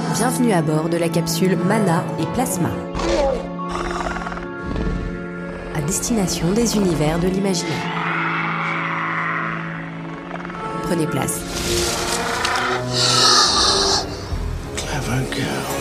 Bienvenue à bord de la capsule Mana et Plasma. À destination des univers de l'imaginaire. Prenez place. Clever girl.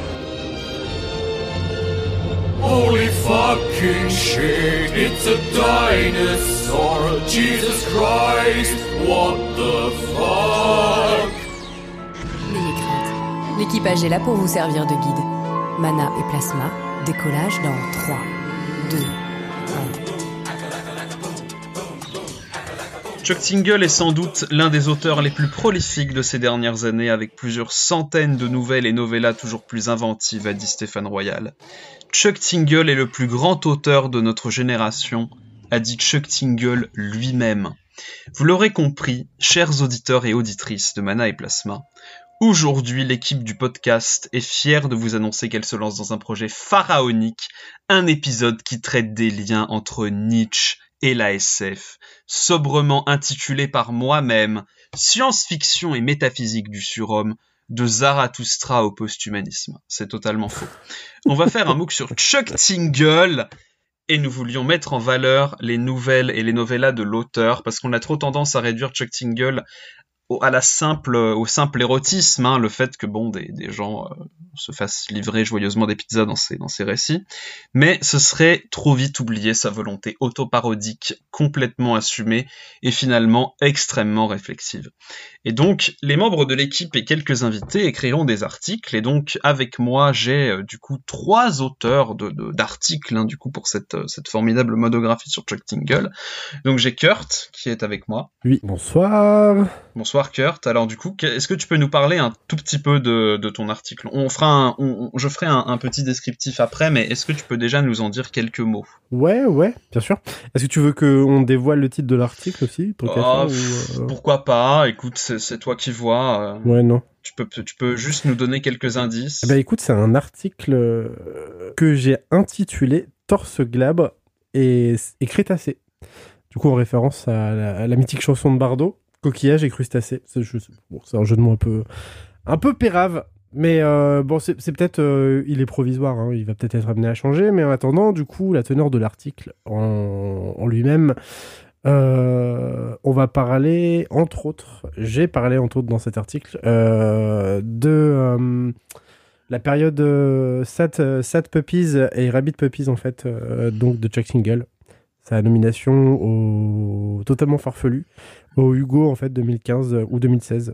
Holy fucking shit, it's a dinosaur. Jesus Christ, what the fuck? N'ayez crainte. L'équipage est là pour vous servir de guide. Mana et Plasma, décollage dans 3, 2, 1. Chuck Tingle est sans doute l'un des auteurs les plus prolifiques de ces dernières années, avec plusieurs centaines de nouvelles et novellas toujours plus inventives, a dit Stéphane Royal. Chuck Tingle est le plus grand auteur de notre génération, a dit Chuck Tingle lui-même. Vous l'aurez compris, chers auditeurs et auditrices de Mana et Plasma, aujourd'hui l'équipe du podcast est fière de vous annoncer qu'elle se lance dans un projet pharaonique, un épisode qui traite des liens entre Nietzsche et la SF, sobrement intitulé par moi-même « Science-fiction et métaphysique du surhomme » de Zarathustra au post-humanisme. C'est totalement faux. On va faire un MOOC sur Chuck Tingle et nous voulions mettre en valeur les nouvelles et les novellas de l'auteur parce qu'on a trop tendance à réduire Chuck Tingle au simple érotisme, hein, le fait que des gens se fassent livrer joyeusement des pizzas dans ses récits, mais ce serait trop vite oublier sa volonté autoparodique complètement assumée et finalement extrêmement réflexive. Et donc, les membres de l'équipe et quelques invités écriront des articles, et donc avec moi j'ai du coup 3 auteurs d'articles hein, du coup pour cette formidable monographie sur Chuck Tingle. Donc j'ai Kurt qui est avec moi. Oui, bonsoir. Bonsoir Kurt. Alors du coup, est-ce que tu peux nous parler un tout petit peu de ton article ? Je ferai un petit descriptif après, mais est-ce que tu peux déjà nous en dire quelques mots ? Ouais, bien sûr. Est-ce que tu veux qu'on dévoile le titre de l'article aussi ? Pourquoi pas ? Écoute, c'est toi qui vois. Ouais, non. Tu peux juste nous donner quelques indices. Écoute, c'est un article que j'ai intitulé « Torse glabre et crétacé ». Du coup, en référence à la mythique chanson de Bardot, coquillage et crustacé. C'est un jeu de mots un peu pérave. Mais c'est peut-être... il est provisoire, hein, il va peut-être être amené à changer. Mais en attendant, du coup, la teneur de l'article en lui-même... on va parler, j'ai parlé entre autres dans cet article de la période Sad Puppies et Rabbit Puppies en fait, donc de Chuck Tingle. Sa nomination totalement farfelu au Hugo en fait 2015 ou 2016.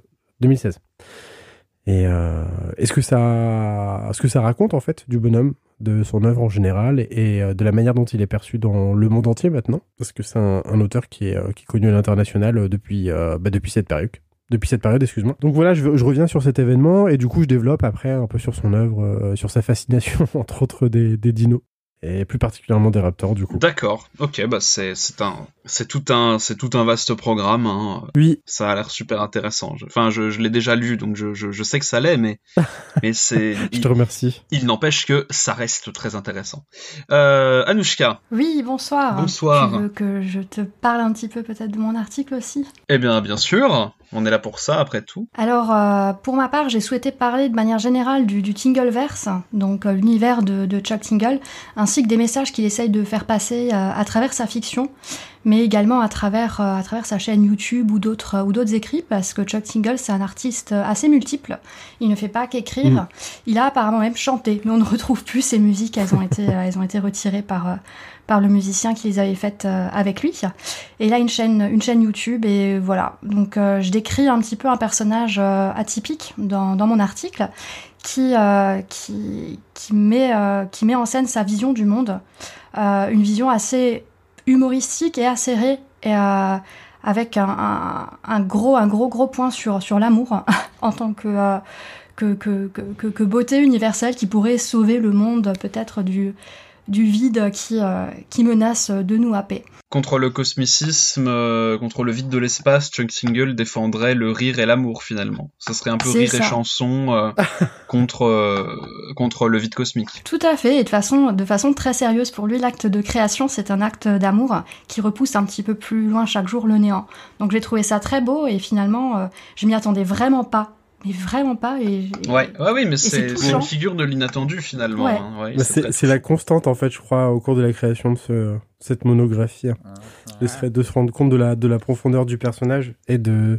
Et ce que ça raconte en fait du bonhomme, de son œuvre en général et de la manière dont il est perçu dans le monde entier maintenant, parce que c'est un auteur qui est connu à l'international depuis cette période. Excuse-moi. Donc voilà, je reviens sur cet événement et du coup je développe après un peu sur son œuvre, sur sa fascination entre autres des dinos. Et plus particulièrement des raptors, du coup. D'accord. Ok, c'est tout un vaste programme. Hein. Oui. Ça a l'air super intéressant. Je l'ai déjà lu, donc je sais que ça l'est, mais c'est. Je te remercie. Il n'empêche que ça reste très intéressant. Anouchka. Oui, bonsoir. Bonsoir. Tu veux que je te parle un petit peu peut-être de mon article aussi ? Eh bien sûr. On est là pour ça, après tout. Alors, pour ma part, j'ai souhaité parler de manière générale du Tingleverse, donc l'univers de Chuck Tingle, ainsi que des messages qu'il essaye de faire passer à travers sa fiction, mais également à travers sa chaîne YouTube ou d'autres écrits, parce que Chuck Tingle, c'est un artiste assez multiple. Il ne fait pas qu'écrire. Il a apparemment même chanté, mais on ne retrouve plus ses musiques. Elles ont été retirées par le musicien qui les avait faites avec lui. Et il a une chaîne YouTube et voilà. Donc je décris un petit peu un personnage atypique dans mon article qui met en scène sa vision du monde, une vision assez humoristique et acérée et avec un gros point sur l'amour en tant que beauté universelle qui pourrait sauver le monde peut-être du vide qui menace de nous happer. Contre le cosmicisme, contre le vide de l'espace, Chuck Tingle défendrait le rire et l'amour finalement. Ça serait un peu rire et chanson contre le vide cosmique. Tout à fait, et de façon très sérieuse pour lui, l'acte de création, c'est un acte d'amour qui repousse un petit peu plus loin chaque jour le néant. Donc j'ai trouvé ça très beau et finalement, je m'y attendais vraiment pas vraiment pas. Oui, mais c'est touchant. une figure de l'inattendu finalement. Ouais. Hein. Ouais, Bah, c'est la constante, en fait, je crois, au cours de la création de cette monographie. Hein. De se rendre compte de la profondeur du personnage et de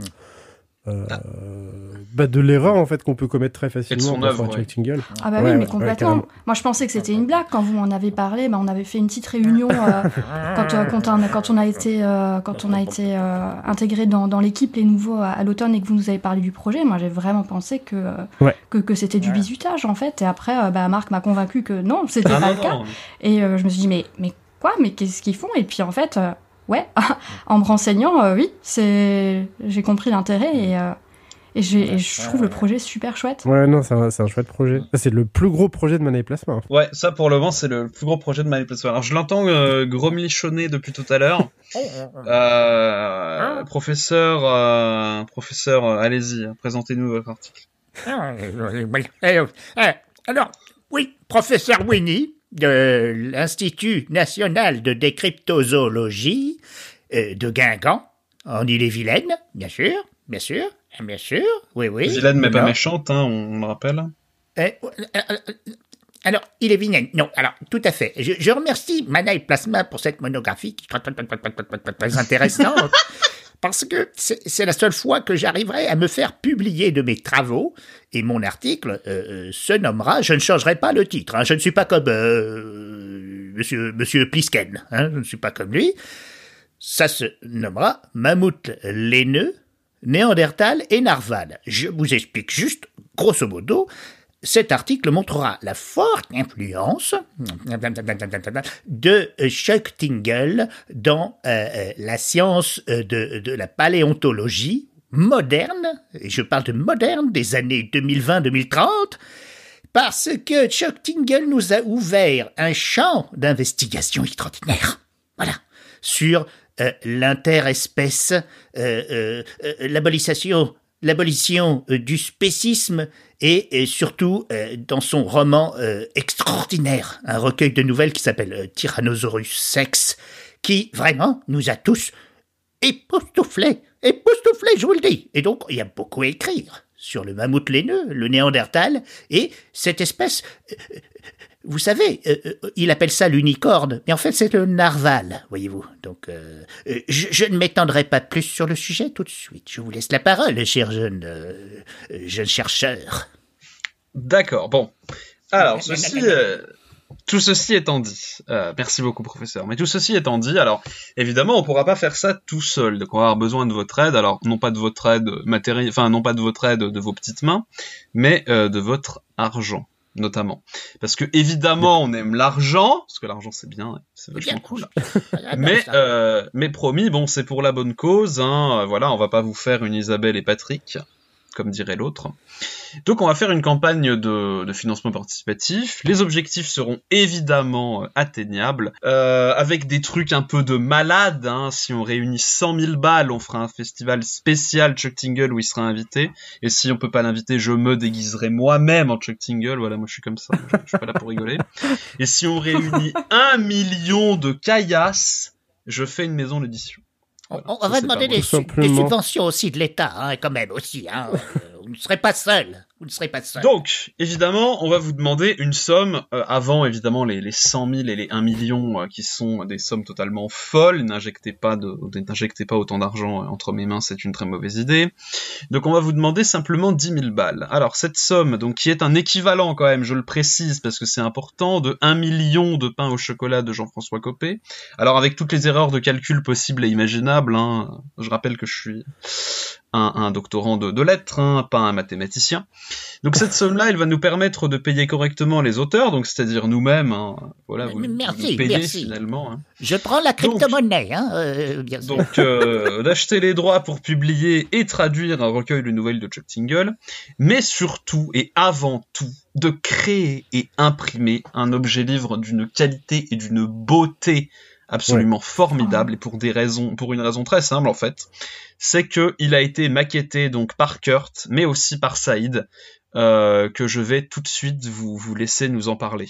l'erreur, en fait, qu'on peut commettre très facilement son œuvre, Chuck Tingle. Ah bah oui, mais complètement. Moi, je pensais que c'était une blague quand vous m'en avez parlé. On avait fait une petite réunion quand on a été intégré dans l'équipe, les nouveaux à l'automne, et que vous nous avez parlé du projet. Moi, j'ai vraiment pensé que c'était du bizutage, en fait. Et après, Marc m'a convaincu que non, c'était pas le cas. Et je me suis dit, mais quoi ? Mais qu'est-ce qu'ils font ? Et puis, en fait, en me renseignant, oui, j'ai compris l'intérêt et je trouve le projet super chouette. Ouais, non, c'est un chouette projet. C'est le plus gros projet de Mana et Plasma. Ouais, ça pour le moment, c'est le plus gros projet de Mana et Plasma. Alors, je l'entends gromlichonner depuis tout à l'heure. Professeur, allez-y, présentez-nous votre article. Alors, oui, professeur Winnie, de l'Institut national de décryptozoologie de Guingamp, en Ille-et-Vilaine, bien sûr, oui. Vilaine, mais pas méchante, hein, on le rappelle. Alors, Ille-et-Vilaine, non, alors, tout à fait. Je remercie Mana et Plasma pour cette monographie qui est très intéressante. Parce que c'est la seule fois que j'arriverai à me faire publier de mes travaux, et mon article se nommera « Je ne changerai pas le titre hein, ». Je ne suis pas comme Monsieur Plisken, hein, je ne suis pas comme lui. Ça se nommera « Mammouth laineux, Néandertal et Narval ». Je vous explique juste, grosso modo, cet article montrera la forte influence de Chuck Tingle dans la science de la paléontologie moderne, et je parle de moderne, des années 2020-2030, parce que Chuck Tingle nous a ouvert un champ d'investigation extraordinaire. Voilà, sur l'interespèce, l'abolition du spécisme et surtout dans son roman extraordinaire, un recueil de nouvelles qui s'appelle Tyrannosaurus Sex, qui vraiment nous a tous époustouflés, je vous le dis. Et donc, il y a beaucoup à écrire sur le mammouth laineux, le Néandertal, et cette espèce... Vous savez, il appelle ça l'unicorne, mais en fait c'est le narval, voyez-vous. Donc, je ne m'étendrai pas plus sur le sujet tout de suite. Je vous laisse la parole, cher jeune chercheur. D'accord, bon. Alors, tout ceci étant dit, merci beaucoup professeur, mais tout ceci étant dit, alors évidemment on pourra pas faire ça tout seul, donc on va avoir besoin de votre aide, alors non pas de votre aide matérielle, enfin non pas de votre aide de vos petites mains, mais de votre argent. Notamment. Parce que, évidemment, on aime l'argent, parce que l'argent c'est bien, c'est vachement cool. Mais promis, bon, c'est pour la bonne cause, hein, voilà, on va pas vous faire une Isabelle et Patrick, comme dirait l'autre. Donc on va faire une campagne de financement participatif. Les objectifs seront évidemment atteignables, avec des trucs un peu de malade, hein. Si on réunit 100 000 balles, on fera un festival spécial Chuck Tingle où il sera invité. Et si on peut pas l'inviter, je me déguiserai moi-même en Chuck Tingle. Voilà, moi je suis comme ça, je suis pas là pour rigoler. Et si on réunit 1 million de caillasses, je fais une maison d'édition. Voilà, on va demander des subventions aussi de l'État, hein, quand même, aussi. Hein. Vous ne serez pas seul. Donc, évidemment, on va vous demander une somme, avant, évidemment, les 100 000 et les 1 million, qui sont des sommes totalement folles. N'injectez pas autant d'argent entre mes mains, c'est une très mauvaise idée. Donc, on va vous demander simplement 10 000 balles. Alors, cette somme, donc, qui est un équivalent, quand même, je le précise, parce que c'est important, de 1 million de pain au chocolat de Jean-François Copé. Alors, avec toutes les erreurs de calcul possibles et imaginables, hein, je rappelle que je suis un doctorant de lettres, hein, pas un mathématicien. Donc cette somme-là, elle va nous permettre de payer correctement les auteurs, donc c'est-à-dire nous-mêmes, hein, voilà, vous nous payez finalement. Hein. Je prends la crypto-monnaie, bien sûr. Donc d'acheter les droits pour publier et traduire un recueil de nouvelles de Chuck Tingle, mais surtout et avant tout, de créer et imprimer un objet-livre d'une qualité et d'une beauté absolument formidable, et pour une raison très simple en fait, c'est que il a été maquetté donc par Kurt, mais aussi par Saïd, que je vais tout de suite vous laisser nous en parler.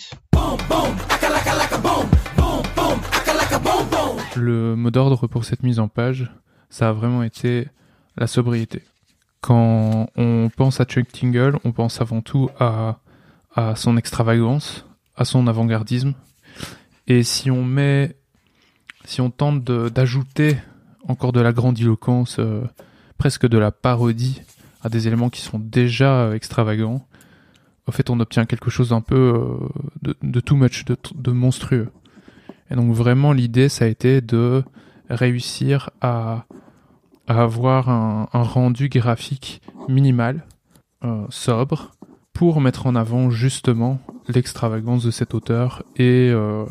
Le mot d'ordre pour cette mise en page, ça a vraiment été la sobriété. Quand on pense à Chuck Tingle, on pense avant tout à son extravagance, à son avant-gardisme. Et si on tente d'ajouter encore de la grandiloquence, presque de la parodie à des éléments qui sont déjà extravagants, en fait, on obtient quelque chose d'un peu de too much, de monstrueux. Et donc vraiment, l'idée, ça a été de réussir à avoir un rendu graphique minimal, sobre, pour mettre en avant justement l'extravagance de cet auteur et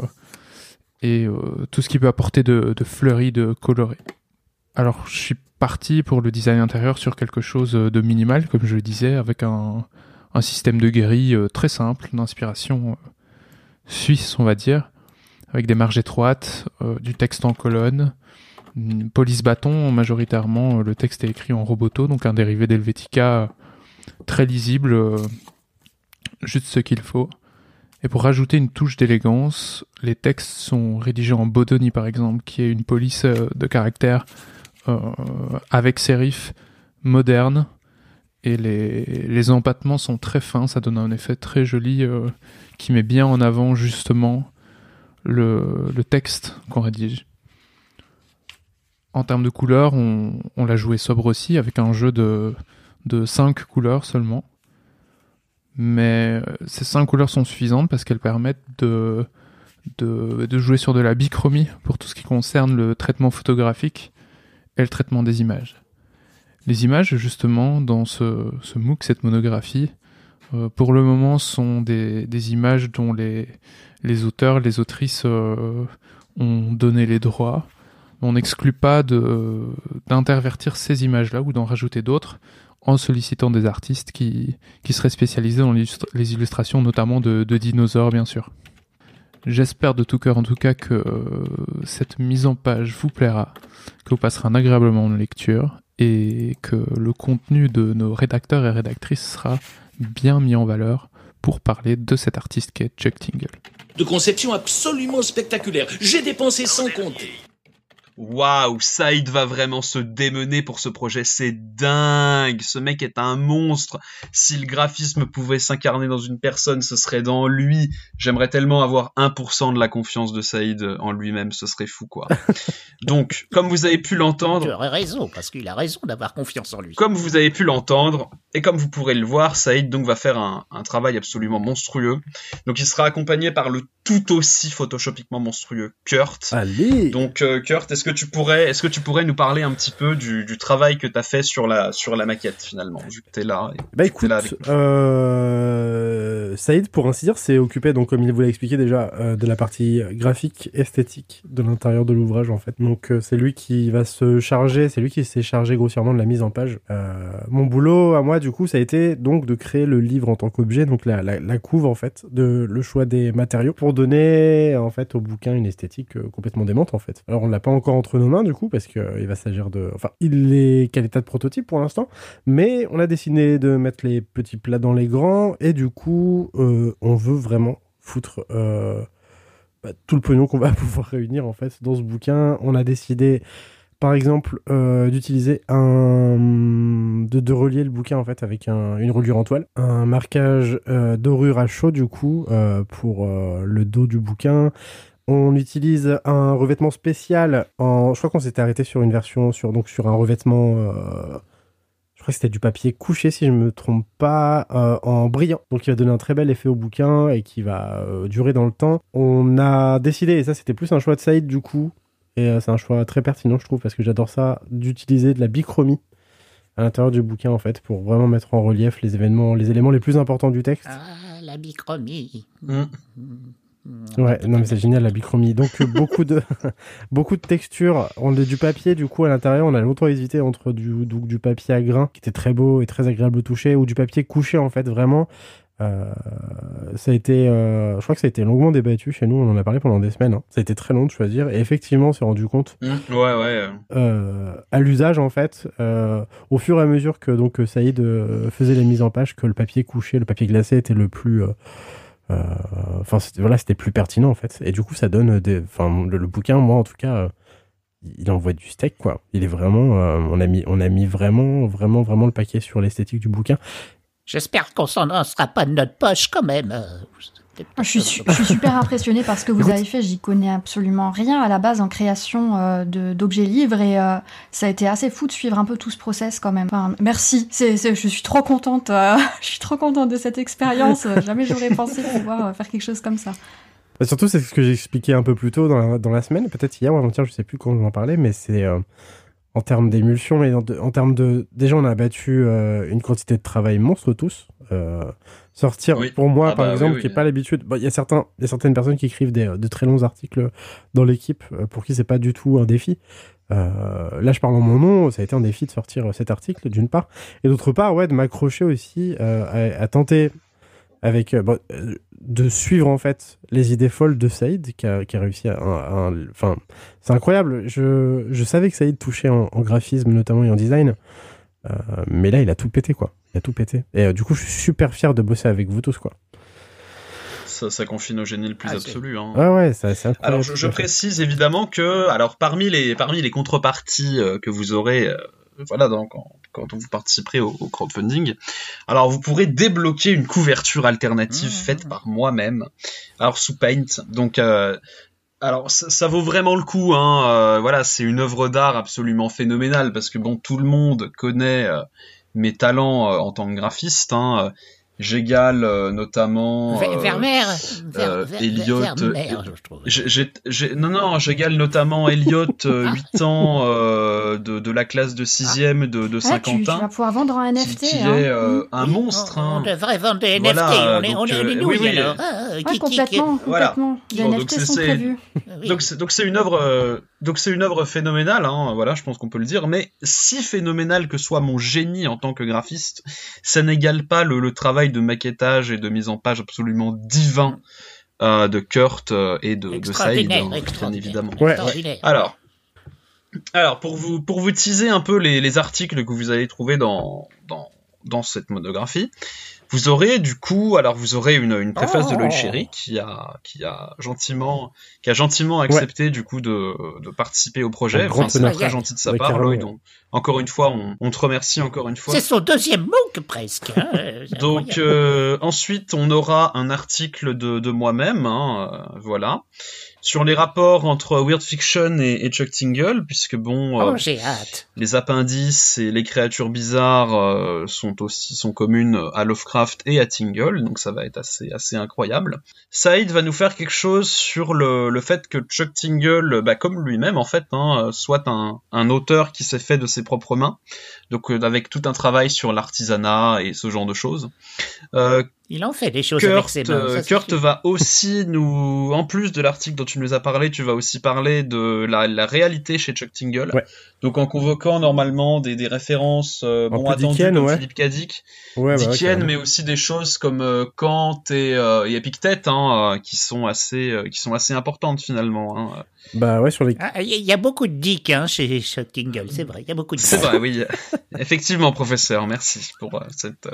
tout ce qui peut apporter de fleuri, de coloré. Alors, je suis parti pour le design intérieur sur quelque chose de minimal, comme je le disais, avec un système de grille très simple, d'inspiration suisse, on va dire, avec des marges étroites, du texte en colonne, une police bâton, majoritairement, le texte est écrit en roboto, donc un dérivé d'Helvetica très lisible, juste ce qu'il faut. Et pour rajouter une touche d'élégance, les textes sont rédigés en Bodoni, par exemple, qui est une police de caractère avec sérif moderne, et les empattements sont très fins, ça donne un effet très joli qui met bien en avant justement le texte qu'on rédige. En termes de couleurs, on l'a joué sobre aussi, avec un jeu de 5 couleurs seulement. Mais ces 5 couleurs sont suffisantes parce qu'elles permettent de jouer sur de la bichromie pour tout ce qui concerne le traitement photographique et le traitement des images. Les images, justement, dans ce MOOC, cette monographie, pour le moment, sont des images dont les auteurs, les autrices ont donné les droits. On n'exclut pas d'intervertir ces images-là ou d'en rajouter d'autres en sollicitant des artistes qui seraient spécialisés dans les illustrations, notamment de dinosaures, bien sûr. J'espère de tout cœur, en tout cas, que cette mise en page vous plaira, que vous passerez un agréable moment de lecture et que le contenu de nos rédacteurs et rédactrices sera bien mis en valeur pour parler de cet artiste qu'est Chuck Tingle. De conception absolument spectaculaire. J'ai dépensé sans compter. Waouh, Saïd va vraiment se démener pour ce projet, c'est dingue, ce mec est un monstre, si le graphisme pouvait s'incarner dans une personne, ce serait dans lui, j'aimerais tellement avoir 1% de la confiance de Saïd en lui-même, ce serait fou quoi. Donc, comme vous avez pu l'entendre... Tu aurais raison, parce qu'il a raison d'avoir confiance en lui. Comme vous avez pu l'entendre, et comme vous pourrez le voir, Saïd donc va faire un travail absolument monstrueux, donc il sera accompagné par le tout aussi photoshopiquement monstrueux Kurt. Allez. Donc Kurt, est-ce que tu pourrais nous parler un petit peu du travail que tu as fait sur la maquette finalement, vu que tu es là. Écoute, Saïd, pour ainsi dire, s'est occupé, donc comme il vous l'a expliqué déjà, de la partie graphique, esthétique de l'intérieur de l'ouvrage en fait. Donc c'est lui qui va se charger, c'est lui qui s'est chargé grossièrement de la mise en page. Mon boulot à moi du coup, ça a été donc de créer le livre en tant qu'objet, donc la couve en fait, le choix des matériaux pour donner en fait au bouquin une esthétique complètement démente en fait. Alors on l'a pas encore entre nos mains du coup parce que il va s'agir il est qu'à l'état de prototype pour l'instant, mais on a décidé de mettre les petits plats dans les grands et du coup on veut vraiment foutre tout le pognon qu'on va pouvoir réunir en fait dans ce bouquin. On a décidé par exemple d'utiliser de relier le bouquin en fait avec une reliure en toile, un marquage dorure à chaud du coup pour le dos du bouquin. On utilise un revêtement spécial je crois qu'on s'était arrêté sur une version sur un revêtement je crois que c'était du papier couché si je me trompe pas, en brillant, donc il va donner un très bel effet au bouquin et qui va durer dans le temps. On a décidé, et ça c'était plus un choix de Saïd du coup, et c'est un choix très pertinent je trouve parce que j'adore ça, d'utiliser de la bichromie à l'intérieur du bouquin en fait pour vraiment mettre en relief les éléments les plus importants du texte. Ah, la bichromie. Ouais, non mais c'est génial la bichromie. Donc beaucoup de textures. On a du papier du coup à l'intérieur. On a longtemps hésité entre du papier à grains qui était très beau et très agréable au toucher ou du papier couché en fait vraiment. Ça a été, je crois que ça a été longuement débattu chez nous. On en a parlé pendant des semaines. Ça a été très long de choisir et effectivement on s'est rendu compte. À l'usage en fait, au fur et à mesure que donc Saïd faisait les mises en page, que le papier couché, le papier glacé était le plus c'était plus pertinent en fait et du coup ça donne le bouquin, moi en tout cas il envoie du steak, quoi. Il est vraiment, on a mis vraiment le paquet sur l'esthétique du bouquin. J'espère qu'on s'en sera pas de notre poche quand même. Je suis super impressionnée par ce que vous avez fait. J'y connais absolument rien à la base en création d'objets livres et ça a été assez fou de suivre un peu tout ce process quand même. Enfin, merci. Je suis trop contente. Je suis trop contente de cette expérience. Jamais j'aurais pensé pouvoir faire quelque chose comme ça. Bah, surtout, c'est ce que j'ai expliqué un peu plus tôt dans la semaine, peut-être hier ou avant-hier, je sais plus quand je vous en parlais, mais c'est en termes d'émulsion, mais en termes de... Déjà, on a abattu une quantité de travail monstre tous. Sortir, pour moi, par exemple, qui n'est pas l'habitude... Il y a certaines personnes qui écrivent de très longs articles dans l'équipe, pour qui c'est pas du tout un défi. Là, je parle en mon nom, ça a été un défi de sortir cet article, d'une part. Et d'autre part, de m'accrocher aussi à tenter... de suivre en fait les idées folles de Saïd qui a réussi enfin c'est incroyable, je savais que Saïd touchait en graphisme notamment et en design, mais là il a tout pété et du coup je suis super fier de bosser avec vous tous, quoi. Ça confine au génie le plus absolu. Hein. Ouais, c'est incroyable. Alors je précise évidemment que parmi les contreparties que vous aurez quand vous participerez au crowdfunding, alors vous pourrez débloquer une couverture alternative faite par moi-même, alors sous Paint. Donc alors ça vaut vraiment le coup, hein. C'est une œuvre d'art absolument phénoménale parce que tout le monde connaît mes talents en tant que graphiste, hein. J'égale notamment Elliot. J'égale notamment Elliot, 8 ans de la classe de 6e de Saint-Quentin. Tu vas pouvoir vendre un NFT. Qui est un monstre. On devrait vendre des NFT. On est les nouilles alors. Complètement. Les NFT sont prévus. Donc c'est une œuvre phénoménale. Hein, je pense qu'on peut le dire. Mais si phénoménale que soit mon génie en tant que graphiste, ça n'égale pas le travail de maquettage et de mise en page absolument divin de Kurt et de Saïd, bien évidemment. Alors pour vous teaser un peu les articles que vous allez trouver dans cette monographie, vous aurez une préface de Lloyd Cherry qui a gentiment accepté du coup de participer au projet. C'est très gentil de sa part, Lloyd. Encore une fois, on te remercie encore une fois. C'est son deuxième MOOC presque. Donc ensuite, on aura un article de moi-même, sur les rapports entre Weird Fiction et Chuck Tingle, puisque j'ai hâte. Les appendices et les créatures bizarres sont communes à Lovecraft et à Tingle, donc ça va être assez incroyable. Saïd va nous faire quelque chose sur le fait que Chuck Tingle, comme lui-même en fait, soit un auteur qui s'est fait de ses propres mains, donc avec tout un travail sur l'artisanat et ce genre de choses. Il en fait des choses avec ses mains. Kurt va aussi en plus de l'article dont tu nous as parlé, tu vas aussi parler de la réalité chez Chuck Tingle. Ouais. Donc en convoquant normalement des références attendues comme Philippe K. Dick, Dickienne, mais aussi des choses comme Kant et Epictète, qui sont assez importantes finalement. Sur les. Il y a beaucoup de Dick chez Chuck Tingle, c'est vrai. Il y a beaucoup de. C'est vrai, oui. Effectivement, professeur, merci pour cette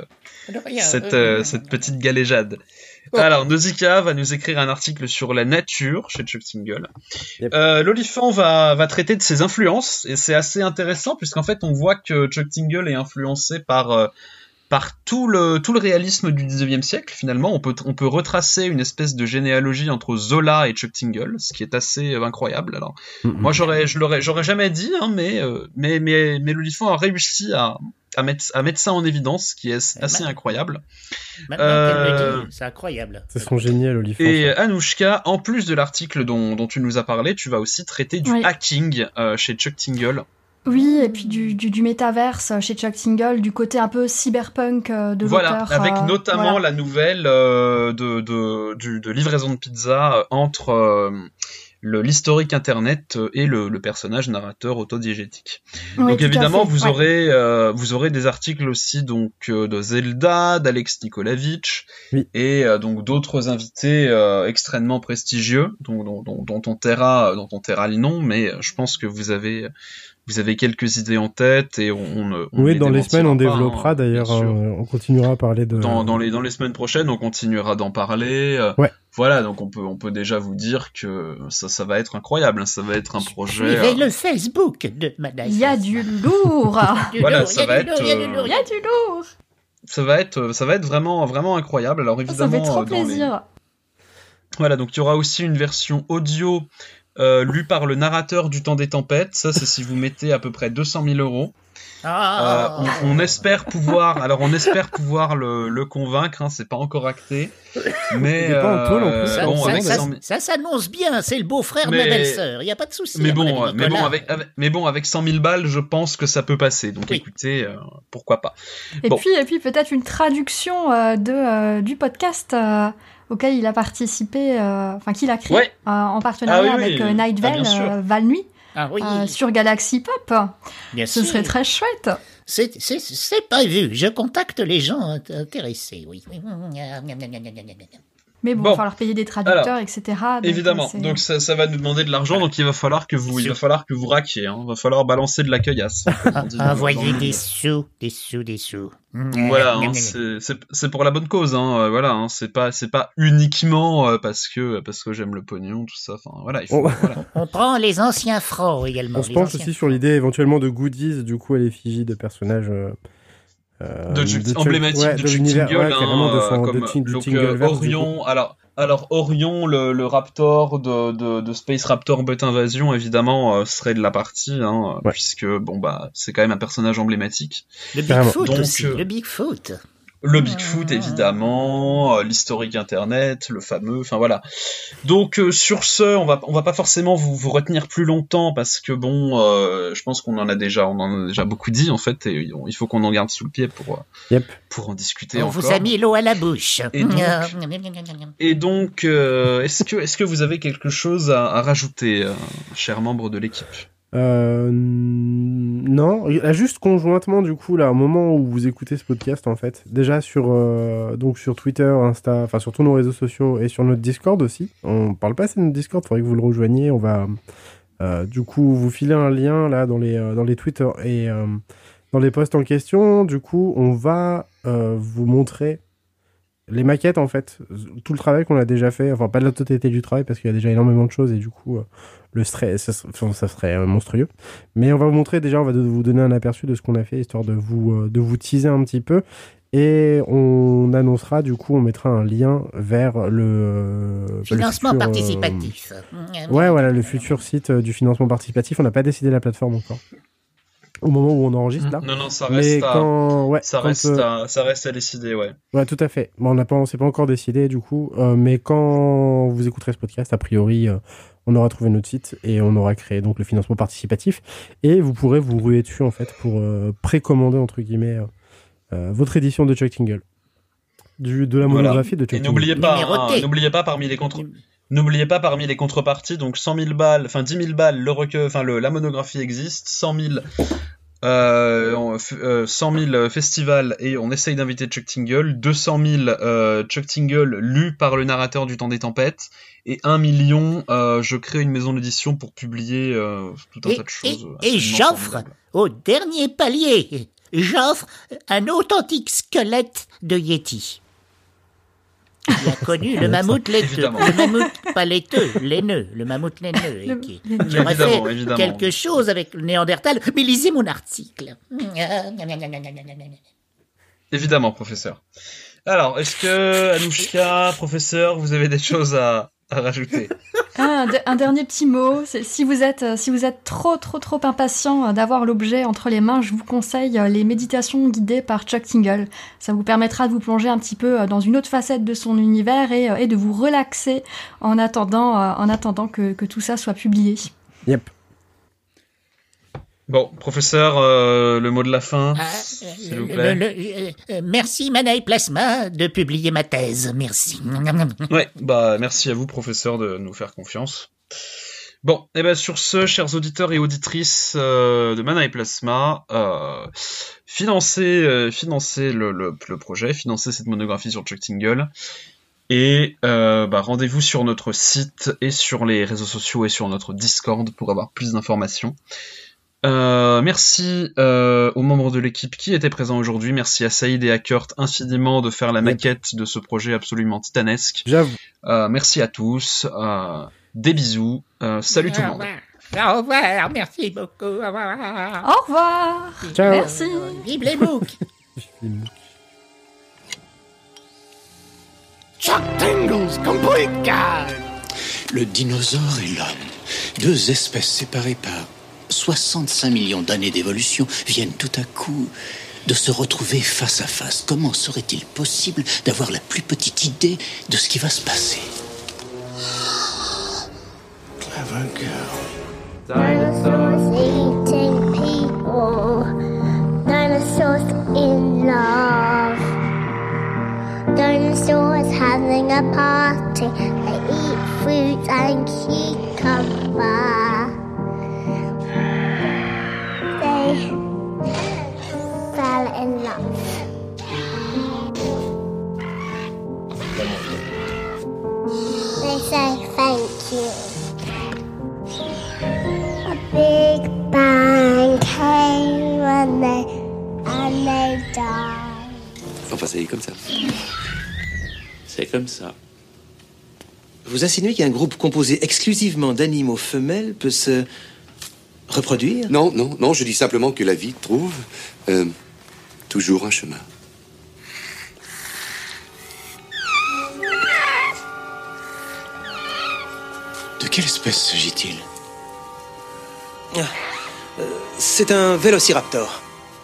petite galéjade. Alors, Nausicaa va nous écrire un article sur la nature chez Chuck Tingle. Yep. L'Olifant va traiter de ses influences, et c'est assez intéressant, puisqu'en fait, on voit que Chuck Tingle est influencé par tout le réalisme du 19e siècle. Finalement, on peut retracer une espèce de généalogie entre Zola et Chuck Tingle, ce qui est assez incroyable. Alors, moi, j'aurais jamais dit, mais l'Olifant a réussi à mettre ça en évidence, ce qui est assez incroyable. Maintenant qu'elle le dit, c'est incroyable. C'est son génial, Olifant. Et Anouchka, en plus de l'article dont tu nous as parlé, tu vas aussi traiter du hacking chez Chuck Tingle. Oui, et puis du métaverse chez Chuck Tingle, du côté un peu cyberpunk de l'auteur. Voilà, avec notamment la nouvelle de livraison de pizza entre l'historique internet et le personnage narrateur autodiégétique. Oui, donc évidemment vous aurez des articles aussi donc de Zelda, d'Alex Nikolavitch et donc d'autres invités extrêmement prestigieux dont on taira le nom, mais je pense que vous avez vous avez quelques idées en tête et oui, dans les semaines on démentira pas, développera d'ailleurs, on continuera à parler de... Dans les semaines prochaines, on continuera d'en parler. Ouais. Voilà, donc on peut déjà vous dire que ça va être incroyable, hein, ça va être un projet... Suivez le Facebook de Madame. Il y a du lourd. Voilà, ça va être... Il y a du lourd. Ça va être vraiment, vraiment incroyable. Alors Ça évidemment... fait trop plaisir. Voilà, donc il y aura aussi une version audio lue par le narrateur du Temps des Tempêtes. Ça, c'est si vous mettez à peu près 200 000 €. On espère pouvoir le convaincre, hein, c'est pas encore acté, mais pas un peu, non plus. bon, avec ça s'annonce bien, c'est le beau-frère de ma belle-sœur, il y a pas de souci. Mais bon, avec 100 000 balles, je pense que ça peut passer. Donc écoutez, pourquoi pas. Et puis peut-être une traduction du podcast auquel il a participé, qu'il a créé en partenariat avec Night Vale, Val Nuit. Sur Galaxy Pop. Bien Ce serait très chouette. C'est pas vu. Je contacte les gens intéressés, oui. Mais bon, il va falloir payer des traducteurs, etc. Donc, évidemment. Donc ça va nous demander de l'argent, donc il va falloir que vous racquiez, hein. Il va falloir balancer de la cueillasse. Envoyer des sous. Voilà, hein, c'est pour la bonne cause, hein. Voilà, hein, c'est pas uniquement parce que j'aime le pognon, tout ça. Enfin, voilà, il faut. Voilà. On prend les anciens francs également. On se penche aussi sur l'idée éventuellement de goodies, du coup, à l'effigie de personnages. Emblématique de Chuck Tingle, comme Orion. Alors Orion, le Raptor de Space Raptor Butt Invasion, évidemment, serait de la partie, hein, puisque c'est quand même un personnage emblématique. Le Bigfoot aussi, le Bigfoot. Le Bigfoot, évidemment, l'historique internet, le fameux, enfin voilà. Donc sur ce, on va pas forcément vous retenir plus longtemps parce que je pense qu'on en a déjà beaucoup dit en fait, et il faut qu'on en garde sous le pied pour en discuter encore. On vous a mis l'eau à la bouche. Et donc est-ce que vous avez quelque chose à rajouter, chers membres de l'équipe? Non, juste conjointement du coup là au moment où vous écoutez ce podcast en fait, déjà sur Twitter, Insta, enfin sur tous nos réseaux sociaux et sur notre Discord aussi. On parle pas assez de notre Discord, faudrait que vous le rejoigniez. On va du coup vous filer un lien là dans les Twitter et dans les posts en question. Du coup, on va vous montrer les maquettes en fait, tout le travail qu'on a déjà fait, enfin pas de la totalité du travail parce qu'il y a déjà énormément de choses et du coup le stress, ça serait monstrueux. Mais on va vous montrer déjà, on va vous donner un aperçu de ce qu'on a fait histoire de vous teaser un petit peu et on annoncera du coup, on mettra un lien vers le financement participatif. Voilà, le futur site du financement participatif. On n'a pas décidé la plateforme encore. Au moment où on enregistre là. Non, ça reste ça reste à décider, ouais. Ouais, tout à fait. Bon, c'est pas encore décidé du coup, mais quand vous écouterez ce podcast, a priori, on aura trouvé notre site et on aura créé donc le financement participatif et vous pourrez vous ruer dessus en fait pour précommander entre guillemets votre édition de Chuck Tingle, de la monographie de Chuck Tingle. Et n'oubliez pas parmi les contreparties, donc 100 000 balles, enfin 10 000 balles, le recueil, enfin la monographie existe, 100 000 festivals et on essaye d'inviter Chuck Tingle, 200 000 Chuck Tingle lus par le narrateur du Temps des Tempêtes et 1 million, je crée une maison d'édition pour publier tout un tas de choses. Et j'offre au dernier palier, j'offre un authentique squelette de Yeti. Il a connu le mammouth laiteux, le mammouth pas laiteux, laineux, le mammouth laineux. J'aurais fait quelque chose avec le Néandertal, mais lisez mon article. Évidemment, professeur. Alors, est-ce que, Anouchka, professeur, vous avez des choses à rajouter? Un dernier petit mot. Si vous êtes trop impatient d'avoir l'objet entre les mains, je vous conseille les méditations guidées par Chuck Tingle. Ça vous permettra de vous plonger un petit peu dans une autre facette de son univers et de vous relaxer en attendant que tout ça soit publié. Yep. Bon, professeur, le mot de la fin, s'il vous plaît. Merci Manaï Plasma de publier ma thèse, merci. Ouais, merci à vous, professeur, de nous faire confiance. Bon, et sur ce, chers auditeurs et auditrices de Mana et Plasma, financez le projet, financez cette monographie sur Chuck Tingle, et rendez-vous sur notre site et sur les réseaux sociaux et sur notre Discord pour avoir plus d'informations. Merci aux membres de l'équipe qui étaient présents aujourd'hui. Merci à Saïd et à Kurt infiniment de faire la maquette de ce projet absolument titanesque. J'avoue. Merci à tous. Des bisous. Salut tout le monde. Au revoir, merci beaucoup. Au revoir. Au revoir. Ciao. Merci. Vive les MOOC. Chuck Tingle's Complete Guide. Le dinosaure et l'homme, deux espèces séparées par 65 millions d'années d'évolution, viennent tout à coup de se retrouver face à face. Comment serait-il possible d'avoir la plus petite idée de ce qui va se passer? Clever girl. Dinosaurs eating people. Dinosaurs in love. Dinosaurs having a party. They eat fruit and cucumber. They fell in love. They say thank you. A big bang came and they died. Enfin, ça y est comme ça. C'est comme ça. Vous insinuez qu'un groupe composé exclusivement d'animaux femelles peut se reproduire? Non, je dis simplement que la vie trouve toujours un chemin. De quelle espèce s'agit-il? C'est un vélociraptor.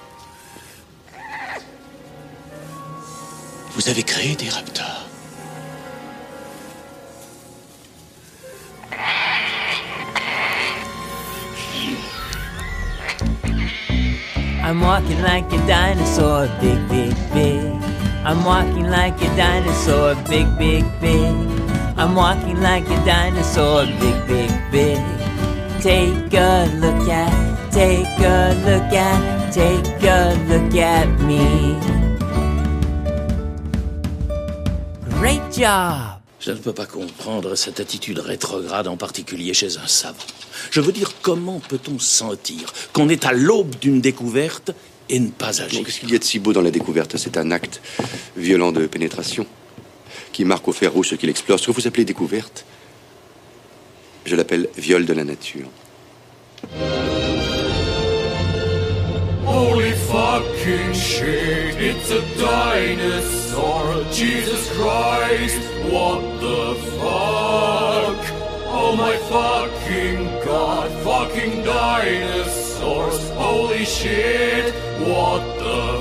Vous avez créé des raptors. I'm walking like a dinosaur, big, big, big. I'm walking like a dinosaur, big, big, big. I'm walking like a dinosaur, big, big, big. Take a look at, take a look at, take a look at me. Great job! Je ne peux pas comprendre cette attitude rétrograde, en particulier chez un savant. Je veux dire, comment peut-on sentir qu'on est à l'aube d'une découverte et ne pas agir? Qu'est-ce qu'il y a de si beau dans la découverte? C'est un acte violent de pénétration qui marque au fer rouge ce qu'il explore. Ce que vous appelez découverte, je l'appelle viol de la nature. Holy fucking shit, it's a dinosaur. Jesus Christ, what the fuck? Oh my fucking god, fucking dinosaurs. Holy shit, what the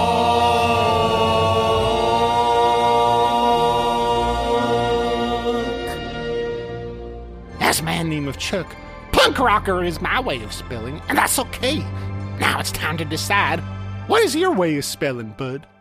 fuck? As man name of Chuck, punk rocker is my way of spelling, and that's okay. Now it's time to decide, what is your way of spelling, bud?